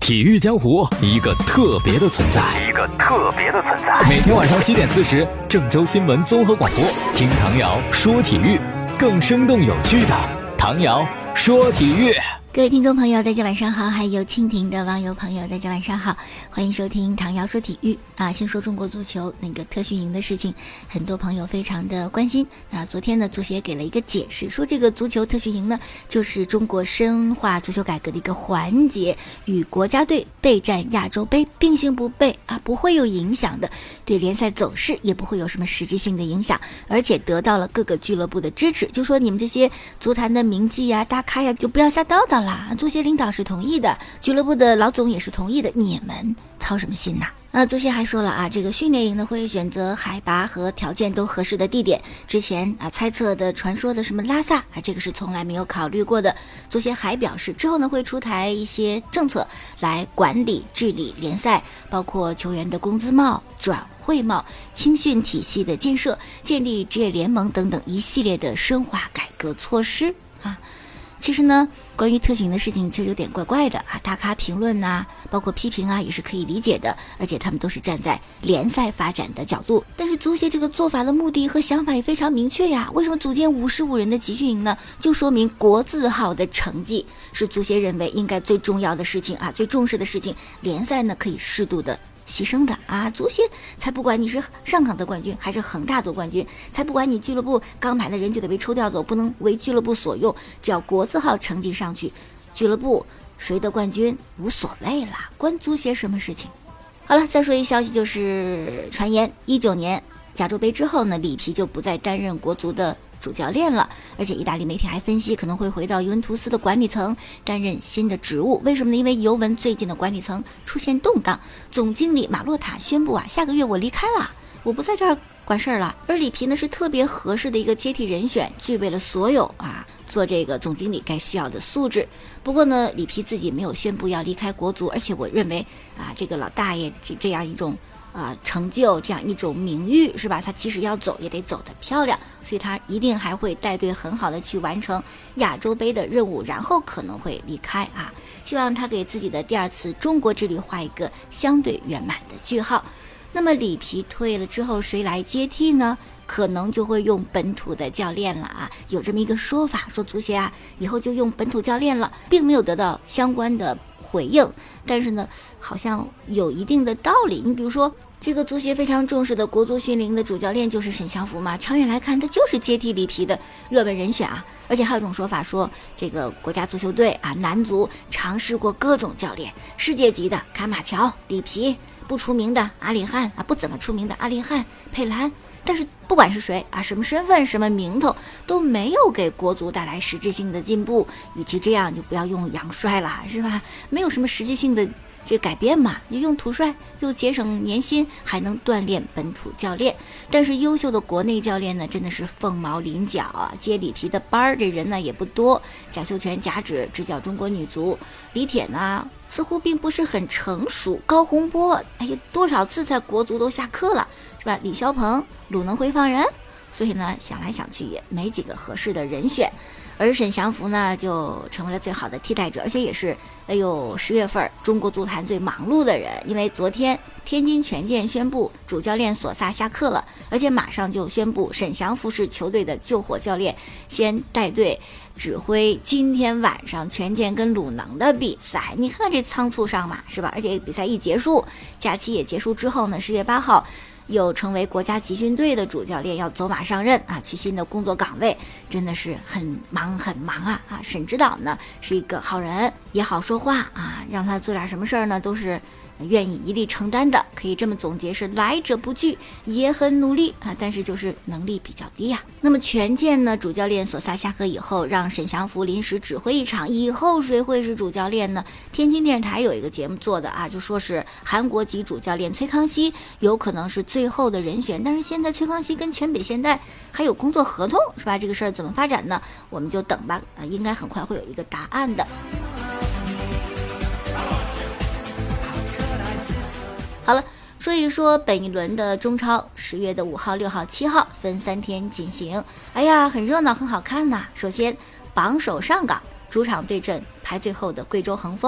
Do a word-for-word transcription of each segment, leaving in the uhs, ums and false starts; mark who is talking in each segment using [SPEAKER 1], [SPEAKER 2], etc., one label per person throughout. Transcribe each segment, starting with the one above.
[SPEAKER 1] 体育江湖，一个特别的存在，
[SPEAKER 2] 一个特别的存在。
[SPEAKER 1] 每天晚上七点四十，郑州新闻综合广播，听唐瑶说体育，更生动有趣的唐瑶说体育。
[SPEAKER 3] 各位听众朋友大家晚上好，还有蜻蜓的网友朋友大家晚上好，欢迎收听唐瑶说体育啊。先说中国足球那个特训营的事情，很多朋友非常的关心啊。昨天呢，足协给了一个解释，说这个足球特训营呢，就是中国深化足球改革的一个环节，与国家队备战亚洲杯并行不悖啊，不会有影响的，对联赛走势也不会有什么实质性的影响，而且得到了各个俱乐部的支持，就说你们这些足坛的名记呀、大咖呀，就不要瞎叨叨了。足协领导是同意的，俱乐部的老总也是同意的，你们操什么心呐？那足协还说了啊，这个训练营呢会选择海拔和条件都合适的地点。之前啊猜测的传说的什么拉萨啊，这个是从来没有考虑过的。足协还表示，之后呢会出台一些政策来管理治理联赛，包括球员的工资帽、转会帽、青训体系的建设、建立职业联盟等等一系列的深化改革措施啊。其实呢，关于特训的事情确实有点怪怪的啊，大咖评论呐，包括批评啊，也是可以理解的，而且他们都是站在联赛发展的角度。但是足协这个做法的目的和想法也非常明确呀，为什么组建五十五人的集训营呢？就说明国字号的成绩是足协认为应该最重要的事情啊，最重视的事情。联赛呢可以适度的牺牲的啊，足协才不管你是上港的冠军还是恒大夺冠军，才不管你俱乐部刚买的人就得被抽调走，不能为俱乐部所用，只要国字号成绩上去，俱乐部谁得冠军无所谓啦，关足协什么事情？好了，再说一消息，就是传言一九年亚洲杯之后呢，里皮就不再担任国足的主教练了，而且意大利媒体还分析可能会回到尤文图斯的管理层担任新的职务。为什么呢？因为尤文最近的管理层出现动荡，总经理马洛塔宣布啊，下个月我离开了，我不在这儿管事儿了。而里皮呢是特别合适的一个接替人选，具备了所有啊做这个总经理该需要的素质。不过呢，里皮自己没有宣布要离开国足，而且我认为啊，这个老大爷这这样一种啊、呃，成就这样一种名誉是吧？他即使要走也得走得漂亮，所以他一定还会带队很好的去完成亚洲杯的任务，然后可能会离开啊。希望他给自己的第二次中国之旅画一个相对圆满的句号。那么里皮退了之后，谁来接替呢？可能就会用本土的教练了啊，有这么一个说法，说足协啊以后就用本土教练了，并没有得到相关的回应，但是呢，好像有一定的道理。你比如说，这个足协非常重视的国足训练的主教练就是沈祥福嘛，长远来看，他就是接替里皮的热门人选啊。而且还有一种说法说，这个国家足球队啊，男足尝试过各种教练，世界级的卡马乔、里皮，不出名的阿里汉啊，不怎么出名的阿里汉、佩兰。但是不管是谁啊，什么身份什么名头都没有给国足带来实质性的进步，与其这样就不要用洋帅了，是吧？没有什么实质性的这改变嘛，就用土帅，又节省年薪，还能锻炼本土教练。但是优秀的国内教练呢，真的是凤毛麟角啊，接里皮的班儿这人呢也不多。贾秀全、贾芷执教中国女足，李铁呢似乎并不是很成熟，高洪波，哎呀，多少次在国足都下课了，是吧？李霄鹏、鲁能回放人，所以呢想来想去也没几个合适的人选，而沈祥福呢就成为了最好的替代者，而且也是哎呦十月份中国足坛最忙碌的人，因为昨天天津权健宣布主教练索萨下课了，而且马上就宣布沈祥福是球队的救火教练，先带队指挥今天晚上权健跟鲁能的比赛。你看看这仓促上马是吧？而且比赛一结束，假期也结束之后呢，十月八号又成为国家集训队的主教练，要走马上任啊，去新的工作岗位，真的是很忙很忙啊啊！沈指导呢是一个好人，也好说话啊，让他做点什么事儿呢，都是愿意一力承担的，可以这么总结，是来者不拒，也很努力啊，但是就是能力比较低呀、啊。那么权健呢，主教练索萨下课以后，让沈祥福临时指挥一场，以后谁会是主教练呢？天津电视台有一个节目做的啊，就说是韩国籍主教练崔康熙有可能是最后的人选，但是现在崔康熙跟全北现代还有工作合同，是吧？这个事儿怎么发展呢？我们就等吧，啊，应该很快会有一个答案的。好了，说一说本一轮的中超，十月的五号、六号、七号分三天进行。哎呀，很热闹，很好看呐、啊。首先，榜首上港主场对阵排最后的贵州恒丰，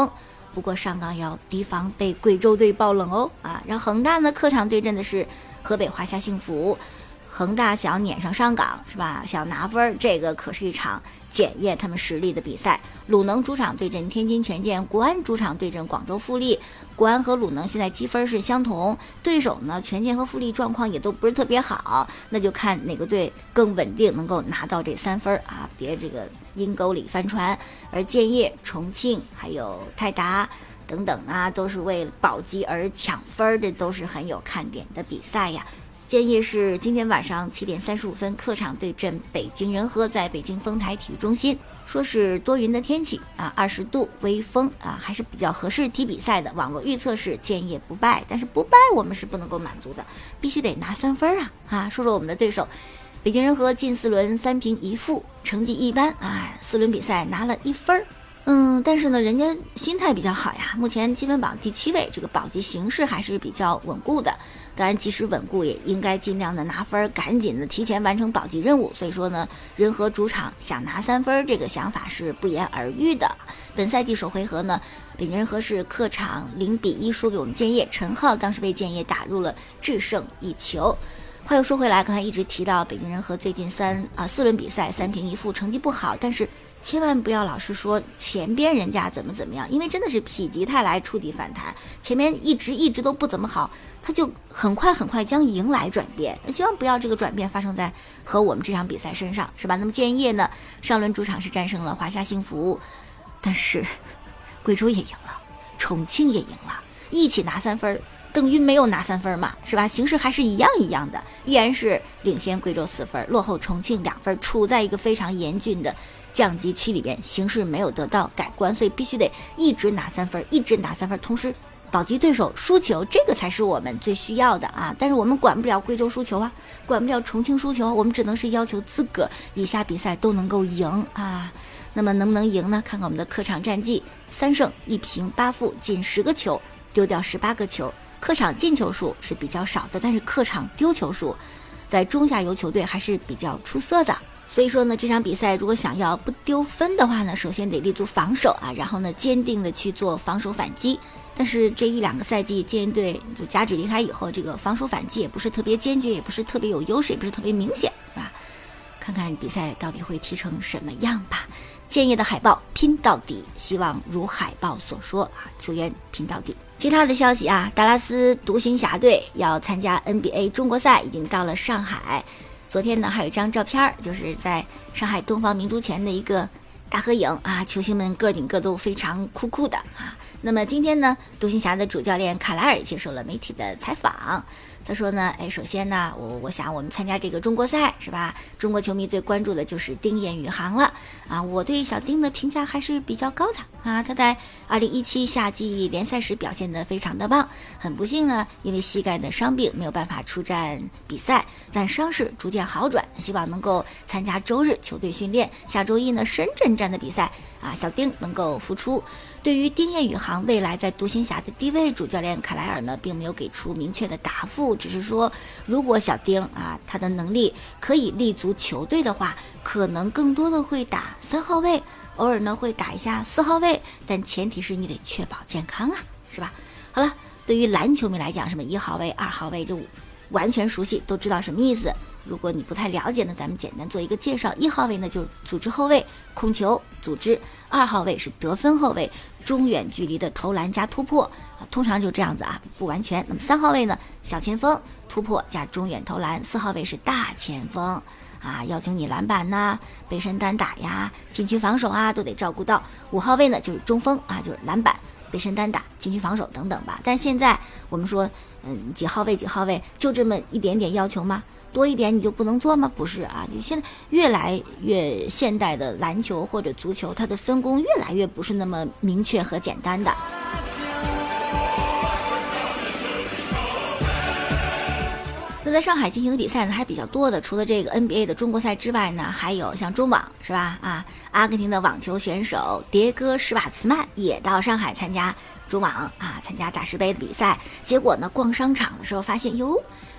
[SPEAKER 3] 不过上港要提防被贵州队爆冷哦啊！然后恒大呢客场对阵的是河北华夏幸福，恒大想要撵上上港是吧？想要拿分，这个可是一场检验他们实力的比赛。鲁能主场对阵天津权健，国安主场对阵广州富力。国安和鲁能现在积分是相同，对手呢权健和富力状况也都不是特别好，那就看哪个队更稳定，能够拿到这三分啊，别这个阴沟里翻船。而建业、重庆还有泰达等等啊，都是为保级而抢分，这都是很有看点的比赛呀。建业是今天晚上七点三十五分客场对阵北京人和，在北京丰台体育中心。说是多云的天气啊，二十度，微风啊，还是比较合适踢比赛的。网络预测是建业不败，但是不败我们是不能够满足的，必须得拿三分啊！啊，说说我们的对手，北京人和近四轮三平一负，成绩一般啊，四轮比赛拿了一分。嗯，但是呢，人家心态比较好呀，目前积分榜第七位，这个保级形势还是比较稳固的。当然，即使稳固，也应该尽量的拿分，赶紧的提前完成保级任务。所以说呢，人和主场想拿三分，这个想法是不言而喻的。本赛季首回合呢，北京人和是客场零比一输给我们建业，陈浩当时为建业打入了制胜一球。话又说回来，刚才一直提到北京人和最近三啊四轮比赛三平一负，成绩不好，但是千万不要老是说前边人家怎么怎么样，因为真的是否极泰来，触底反弹，前面一直一直都不怎么好，他就很快很快将迎来转变。希望不要这个转变发生在和我们这场比赛身上，是吧？那么建业呢，上轮主场是战胜了华夏幸福，但是贵州也赢了，重庆也赢了，一起拿三分等于没有拿三分嘛，是吧？形势还是一样一样的，依然是领先贵州四分，落后重庆两分，处在一个非常严峻的降级区里边，形势没有得到改观，所以必须得一直拿三分，一直拿三分，同时保级对手输球，这个才是我们最需要的啊！但是我们管不了贵州输球啊，管不了重庆输球，我们只能是要求资格，以下比赛都能够赢啊。那么能不能赢呢？看看我们的客场战绩，三胜一平八负，进十个球，丢掉十八个球。客场进球数是比较少的，但是客场丢球数在中下游球队还是比较出色的。所以说呢，这场比赛如果想要不丢分的话呢，首先得立足防守啊，然后呢坚定的去做防守反击。但是这一两个赛季建业队就甲指离开以后，这个防守反击也不是特别坚决，也不是特别有优势，也不是特别明显，是吧？看看比赛到底会踢成什么样吧。建业的海豹拼到底，希望如海豹所说啊，球员拼到底。其他的消息啊，达拉斯独行侠队要参加 N B A 中国赛，已经到了上海。昨天呢，还有一张照片，就是在上海东方明珠前的一个大合影啊，球星们个顶个都非常酷酷的啊。那么今天呢，独行侠的主教练卡莱尔接受了媒体的采访。他说呢，哎，首先呢，我我想我们参加这个中国赛是吧？中国球迷最关注的就是丁彦雨航了啊！我对小丁的评价还是比较高的啊。他在二零一七夏季联赛时表现得非常的棒，很不幸呢，因为膝盖的伤病没有办法出战比赛，但伤势逐渐好转，希望能够参加周日球队训练。下周一呢，深圳站的比赛啊，小丁能够复出。对于丁彦雨航未来在独行侠的地位，主教练卡莱尔呢并没有给出明确的答复，只是说如果小丁啊他的能力可以立足球队的话，可能更多的会打三号位，偶尔呢会打一下四号位，但前提是你得确保健康啊，是吧？好了，对于篮球迷来讲，什么一号位、二号位就完全熟悉，都知道什么意思。如果你不太了解呢，咱们简单做一个介绍。一号位呢就是组织后卫，控球组织；二号位是得分后卫，中远距离的投篮加突破啊，通常就这样子啊，不完全。那么三号位呢，小前锋，突破加中远投篮；四号位是大前锋啊，要求你篮板呐、背身单打呀、禁区防守啊都得照顾到。五号位呢就是中锋啊，就是篮板、背身单打、禁区防守等等吧。但现在我们说，嗯，几号位几号位就这么一点点要求吗？多一点你就不能做吗？不是啊，就现在越来越现代的篮球或者足球，它的分工越来越不是那么明确和简单的。那在上海进行的比赛呢还是比较多的，除了这个 N B A 的中国赛之外呢，还有像中网是吧？啊，阿根廷的网球选手迭戈施瓦茨曼也到上海参加中网啊，参加大师杯的比赛。结果呢，逛商场的时候发现，哟，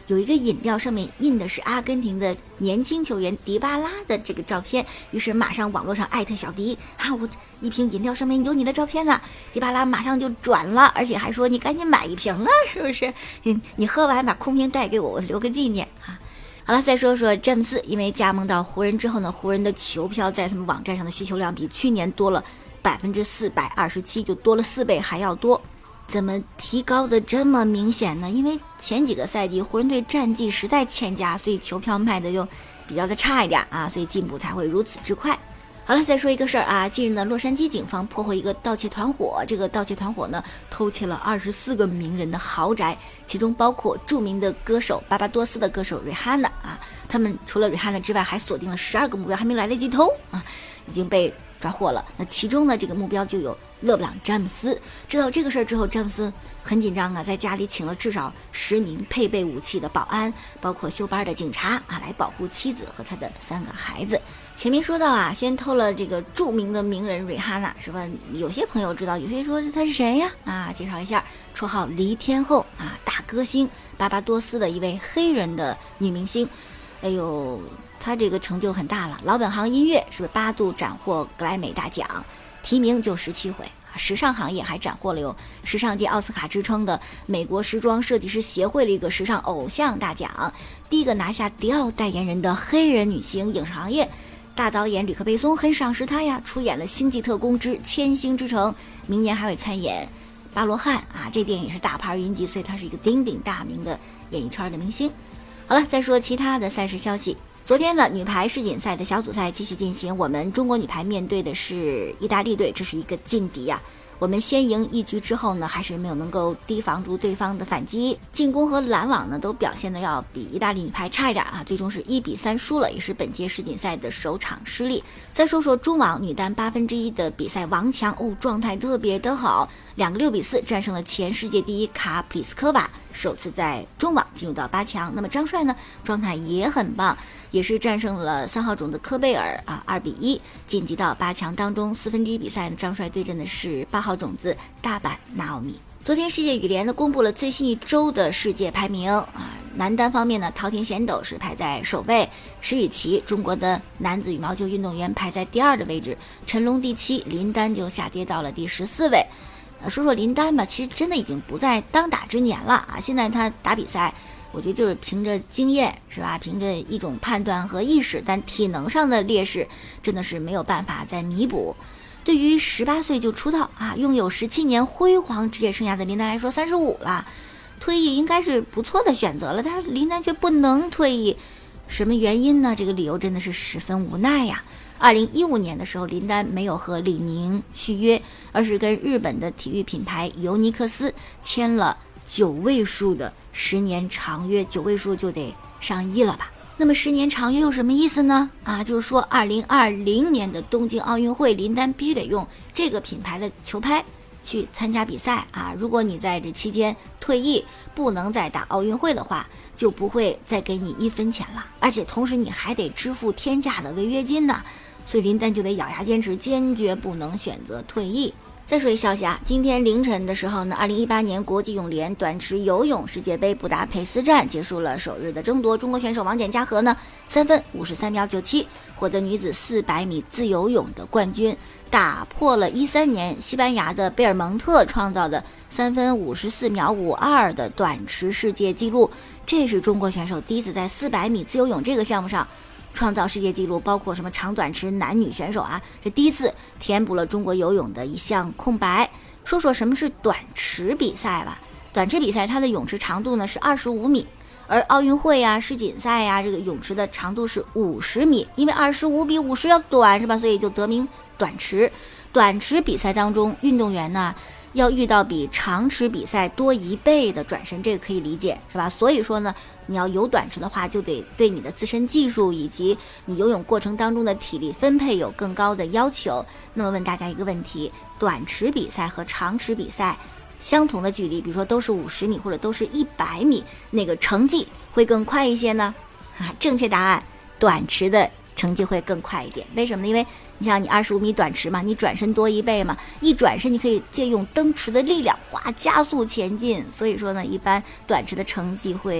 [SPEAKER 3] 有一个饮料上面印的是阿根廷的年轻球员迪巴拉的这个照片，于是马上网络上艾特小迪啊，我一瓶饮料上面有你的照片呢。迪巴拉马上就转了，而且还说你赶紧买一瓶啊，是不是？你你喝完把空瓶带给我，我留个纪念啊。好了，再说说詹姆斯，因为加盟到湖人之后呢，湖人的球票在他们网站上的需求量比去年多了百分之四百二十七，就多了四倍还要多。怎么提高的这么明显呢？因为前几个赛季湖人队战绩实在欠佳，所以球票卖的就比较的差一点啊，所以进步才会如此之快。好了，再说一个事儿啊，近日呢，洛杉矶警方破获一个盗窃团伙，这个盗窃团伙呢，偷窃了二十四个名人的豪宅，其中包括著名的歌手巴巴多斯的歌手瑞哈娜啊，他们除了瑞哈娜之外，还锁定了十二个目标，还没来得及偷啊，已经被抓获了。那其中呢，这个目标就有勒布朗詹姆斯。知道这个事儿之后，詹姆斯很紧张啊，在家里请了至少十名配备武器的保安，包括休班的警察啊，来保护妻子和他的三个孩子。前面说到啊，先偷了这个著名的名人瑞哈娜，是吧？有些朋友知道，有些说他是谁呀？啊，介绍一下，绰号黎天后啊，大歌星，巴巴多斯的一位黑人的女明星。哎呦，她这个成就很大了，老本行音乐是不是八度斩获格莱美大奖，提名就十七回。时尚行业还斩获了有时尚界奥斯卡之称的美国时装设计师协会的一个时尚偶像大奖，第一个拿下迪奥代言人的黑人女星。影视行业大导演吕克贝松很赏识她呀，出演了《星际特工之千星之城》，明年还会参演巴罗汉啊，这电影也是大牌云集，所以她是一个鼎鼎大名的演艺圈的明星。好了，再说其他的赛事消息。昨天呢，女排世锦赛的小组赛继续进行，我们中国女排面对的是意大利队，这是一个劲敌呀、啊。我们先赢一局之后呢，还是没有能够提防住对方的反击，进攻和拦网呢都表现的要比意大利女排差一点啊，最终是一比三输了，也是本届世锦赛的首场失利。再说说中网女单八分之一的比赛，王强哦状态特别的好，两个六比四战胜了前世界第一卡普里斯科娃，首次在中网进入到八强。那么张帅呢，状态也很棒，也是战胜了三号种子科贝尔啊，二比一晋级到八强当中。四分之一比赛呢，张帅对阵的是八号种子大阪纳奥米。昨天世界羽联呢公布了最新一周的世界排名啊，男单方面呢，桃田贤斗是排在首位，石宇奇中国的男子羽毛球运动员排在第二的位置，陈龙第七，林丹就下跌到了第十四位。呃，说说林丹吧，其实真的已经不在当打之年了啊，现在他打比赛，我觉得就是凭着经验是吧，凭着一种判断和意识，但体能上的劣势真的是没有办法再弥补。对于十八岁就出道啊，拥有十七年辉煌职业生涯的林丹来说，三十五了，退役应该是不错的选择了，但是林丹却不能退役，什么原因呢？这个理由真的是十分无奈呀。二零一五年的时候，林丹没有和李宁续约，而是跟日本的体育品牌尤尼克斯签了九位数的十年长约，九位数就得上亿了吧。那么十年长约有什么意思呢？啊，就是说二零二零年的东京奥运会，林丹必须得用这个品牌的球拍去参加比赛啊。如果你在这期间退役，不能再打奥运会的话，就不会再给你一分钱了，而且同时你还得支付天价的违约金呢。所以林丹就得咬牙坚持，坚决不能选择退役。再说一消息啊，今天凌晨的时候呢，二零一八年国际泳联短池游泳世界杯布达佩斯站结束了首日的争夺，中国选手王简嘉禾呢三分五十三秒九七获得女子四百米自由泳的冠军，打破了一三年西班牙的贝尔蒙特创造的三分五十四秒五二的短池世界纪录。这是中国选手第一次在四百米自由泳这个项目上创造世界纪录，包括什么长短池男女选手啊，这第一次填补了中国游泳的一项空白。说说什么是短池比赛吧。短池比赛它的泳池长度呢是二十五米，而奥运会啊、世锦赛呀、啊，这个泳池的长度是五十米，因为二十五比五十要短是吧，所以就得名短池。短池比赛当中，运动员呢要遇到比长池比赛多一倍的转身，这个可以理解是吧？所以说呢，你要游短池的话，就得对你的自身技术以及你游泳过程当中的体力分配有更高的要求。那么问大家一个问题，短池比赛和长池比赛相同的距离，比如说都是五十米或者都是一百米，哪个成绩会更快一些呢？啊，正确答案，短池的成绩会更快一点。为什么呢？因为你像你二十五米短池嘛，你转身多一倍嘛，一转身你可以借用蹬池的力量，哗，加速前进。所以说呢，一般短池的成绩会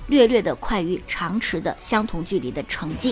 [SPEAKER 3] 略略的快于长池的相同距离的成绩。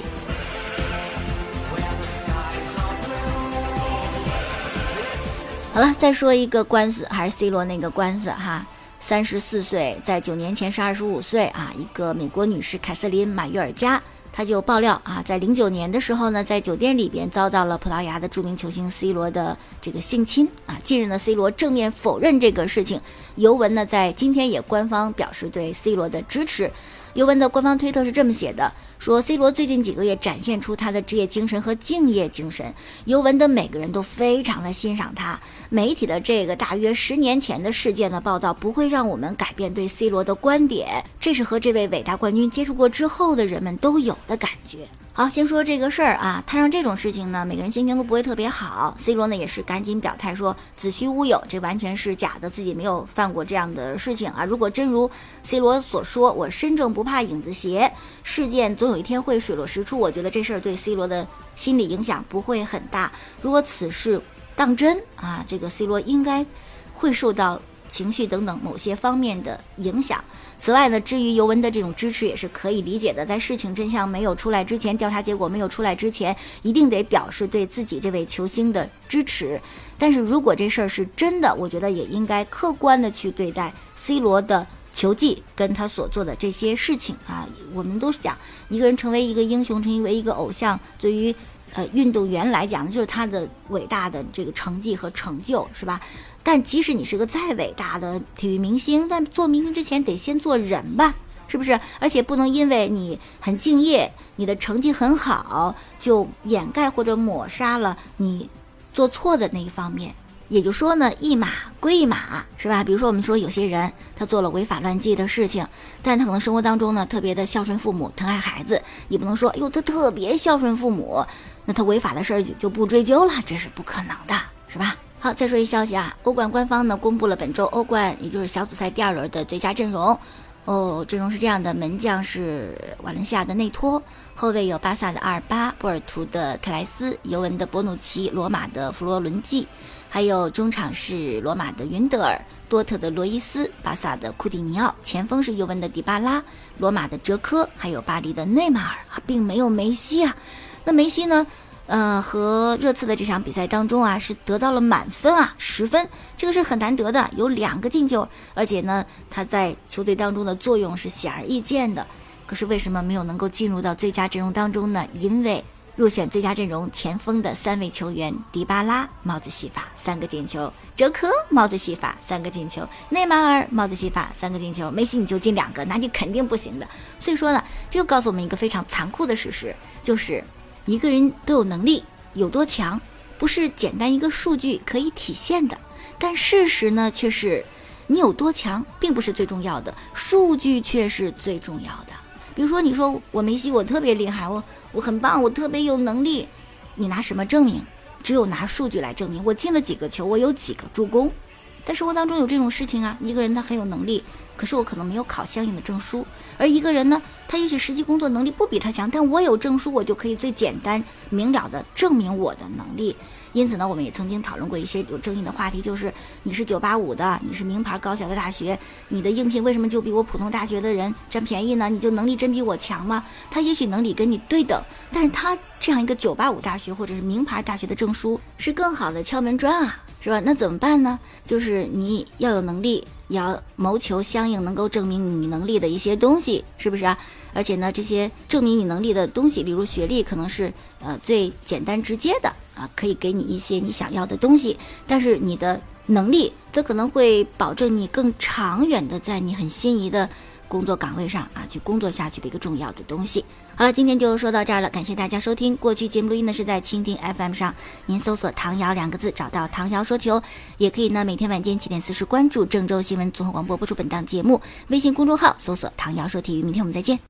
[SPEAKER 3] 好了，再说一个官司，还是 C 罗那个官司哈。三十四岁，在九年前是二十五岁啊，一个美国女士凯瑟琳·马约尔加，她就爆料啊，在零九年的时候呢，在酒店里边遭到了葡萄牙的著名球星 C 罗的这个性侵啊。近日呢 ，C 罗正面否认这个事情，尤文呢在今天也官方表示对 C 罗的支持。尤文的官方推特是这么写的，说 C 罗最近几个月展现出他的职业精神和敬业精神，尤文的每个人都非常的欣赏他。媒体的这个大约十年前的事件的报道不会让我们改变对 C 罗的观点，这是和这位伟大冠军接触过之后的人们都有的感觉。好，先说这个事儿啊，摊上这种事情呢，每个人心情都不会特别好。C 罗呢也是赶紧表态说子虚乌有，这完全是假的，自己没有犯过这样的事情啊。如果真如 C 罗所说，我身正不怕影子斜，事件总有一天会水落石出，我觉得这事儿对 C 罗的心理影响不会很大。如果此事当真啊，这个 C 罗应该会受到情绪等等某些方面的影响。此外呢，至于尤文的这种支持也是可以理解的，在事情真相没有出来之前，调查结果没有出来之前，一定得表示对自己这位球星的支持。但是如果这事儿是真的，我觉得也应该客观的去对待 C 罗的球技跟他所做的这些事情啊。我们都是讲一个人成为一个英雄，成为一个偶像，对于呃运动员来讲就是他的伟大的这个成绩和成就，是吧？但即使你是个再伟大的体育明星，但做明星之前得先做人吧，是不是？而且不能因为你很敬业，你的成绩很好，就掩盖或者抹杀了你做错的那一方面。也就是说呢，一码归一码，是吧？比如说我们说有些人他做了违法乱纪的事情，但是他可能生活当中呢特别的孝顺父母，疼爱孩子，你不能说哎呦他特别孝顺父母，那他违法的事儿就不追究了，这是不可能的，是吧？好，再说一消息啊，欧冠官方呢公布了本周欧冠也就是小组赛第二轮的最佳阵容。哦，阵容是这样的，门将是瓦伦西亚的内托，后卫有巴萨的阿尔巴、波尔图的特莱斯、尤文的博努奇、罗马的弗罗伦季，还有中场是罗马的云德尔、多特的罗伊斯、巴萨的库蒂尼奥，前锋是尤文的迪巴拉、罗马的哲科，还有巴黎的内马尔啊，并没有梅西啊。那梅西呢？呃，和热刺的这场比赛当中啊，是得到了满分啊，十分，这个是很难得的，有两个进球，而且呢，他在球队当中的作用是显而易见的。可是为什么没有能够进入到最佳阵容当中呢？因为入选最佳阵容前锋的三位球员，迪巴拉帽子戏法三个进球，哲科帽子戏法三个进球，内马尔帽子戏法三个进球，梅西你就进两个，那你肯定不行的。所以说呢，这就告诉我们一个非常残酷的事实，就是一个人都有能力有多强，不是简单一个数据可以体现的。但事实呢，却是你有多强并不是最重要的，数据却是最重要的。比如说你说我梅西我特别厉害，我我很棒，我特别有能力，你拿什么证明？只有拿数据来证明。我进了几个球，我有几个助攻。在生活当中有这种事情啊，一个人他很有能力，可是我可能没有考相应的证书，而一个人呢，他也许实际工作能力不比他强，但我有证书，我就可以最简单明了的证明我的能力。因此呢，我们也曾经讨论过一些有争议的话题，就是你是九八五的，你是名牌高校的大学，你的应聘为什么就比我普通大学的人占便宜呢？你就能力真比我强吗？他也许能力跟你对等，但是他这样一个九八五大学或者是名牌大学的证书是更好的敲门砖啊，是吧？那怎么办呢？就是你要有能力，也要谋求相应能够证明你能力的一些东西，是不是啊？而且呢，这些证明你能力的东西，例如学历，可能是呃最简单直接的啊，可以给你一些你想要的东西。但是你的能力，则可能会保证你更长远的在你很心仪的工作岗位上啊去工作下去的一个重要的东西。好了，今天就说到这儿了，感谢大家收听。过去节目录音呢是在蜻蜓 F M 上，您搜索唐瑶两个字找到唐瑶说球，也可以呢每天晚间七点四十关注郑州新闻综合广播播出本档节目，微信公众号搜索唐瑶说体育。明天我们再见。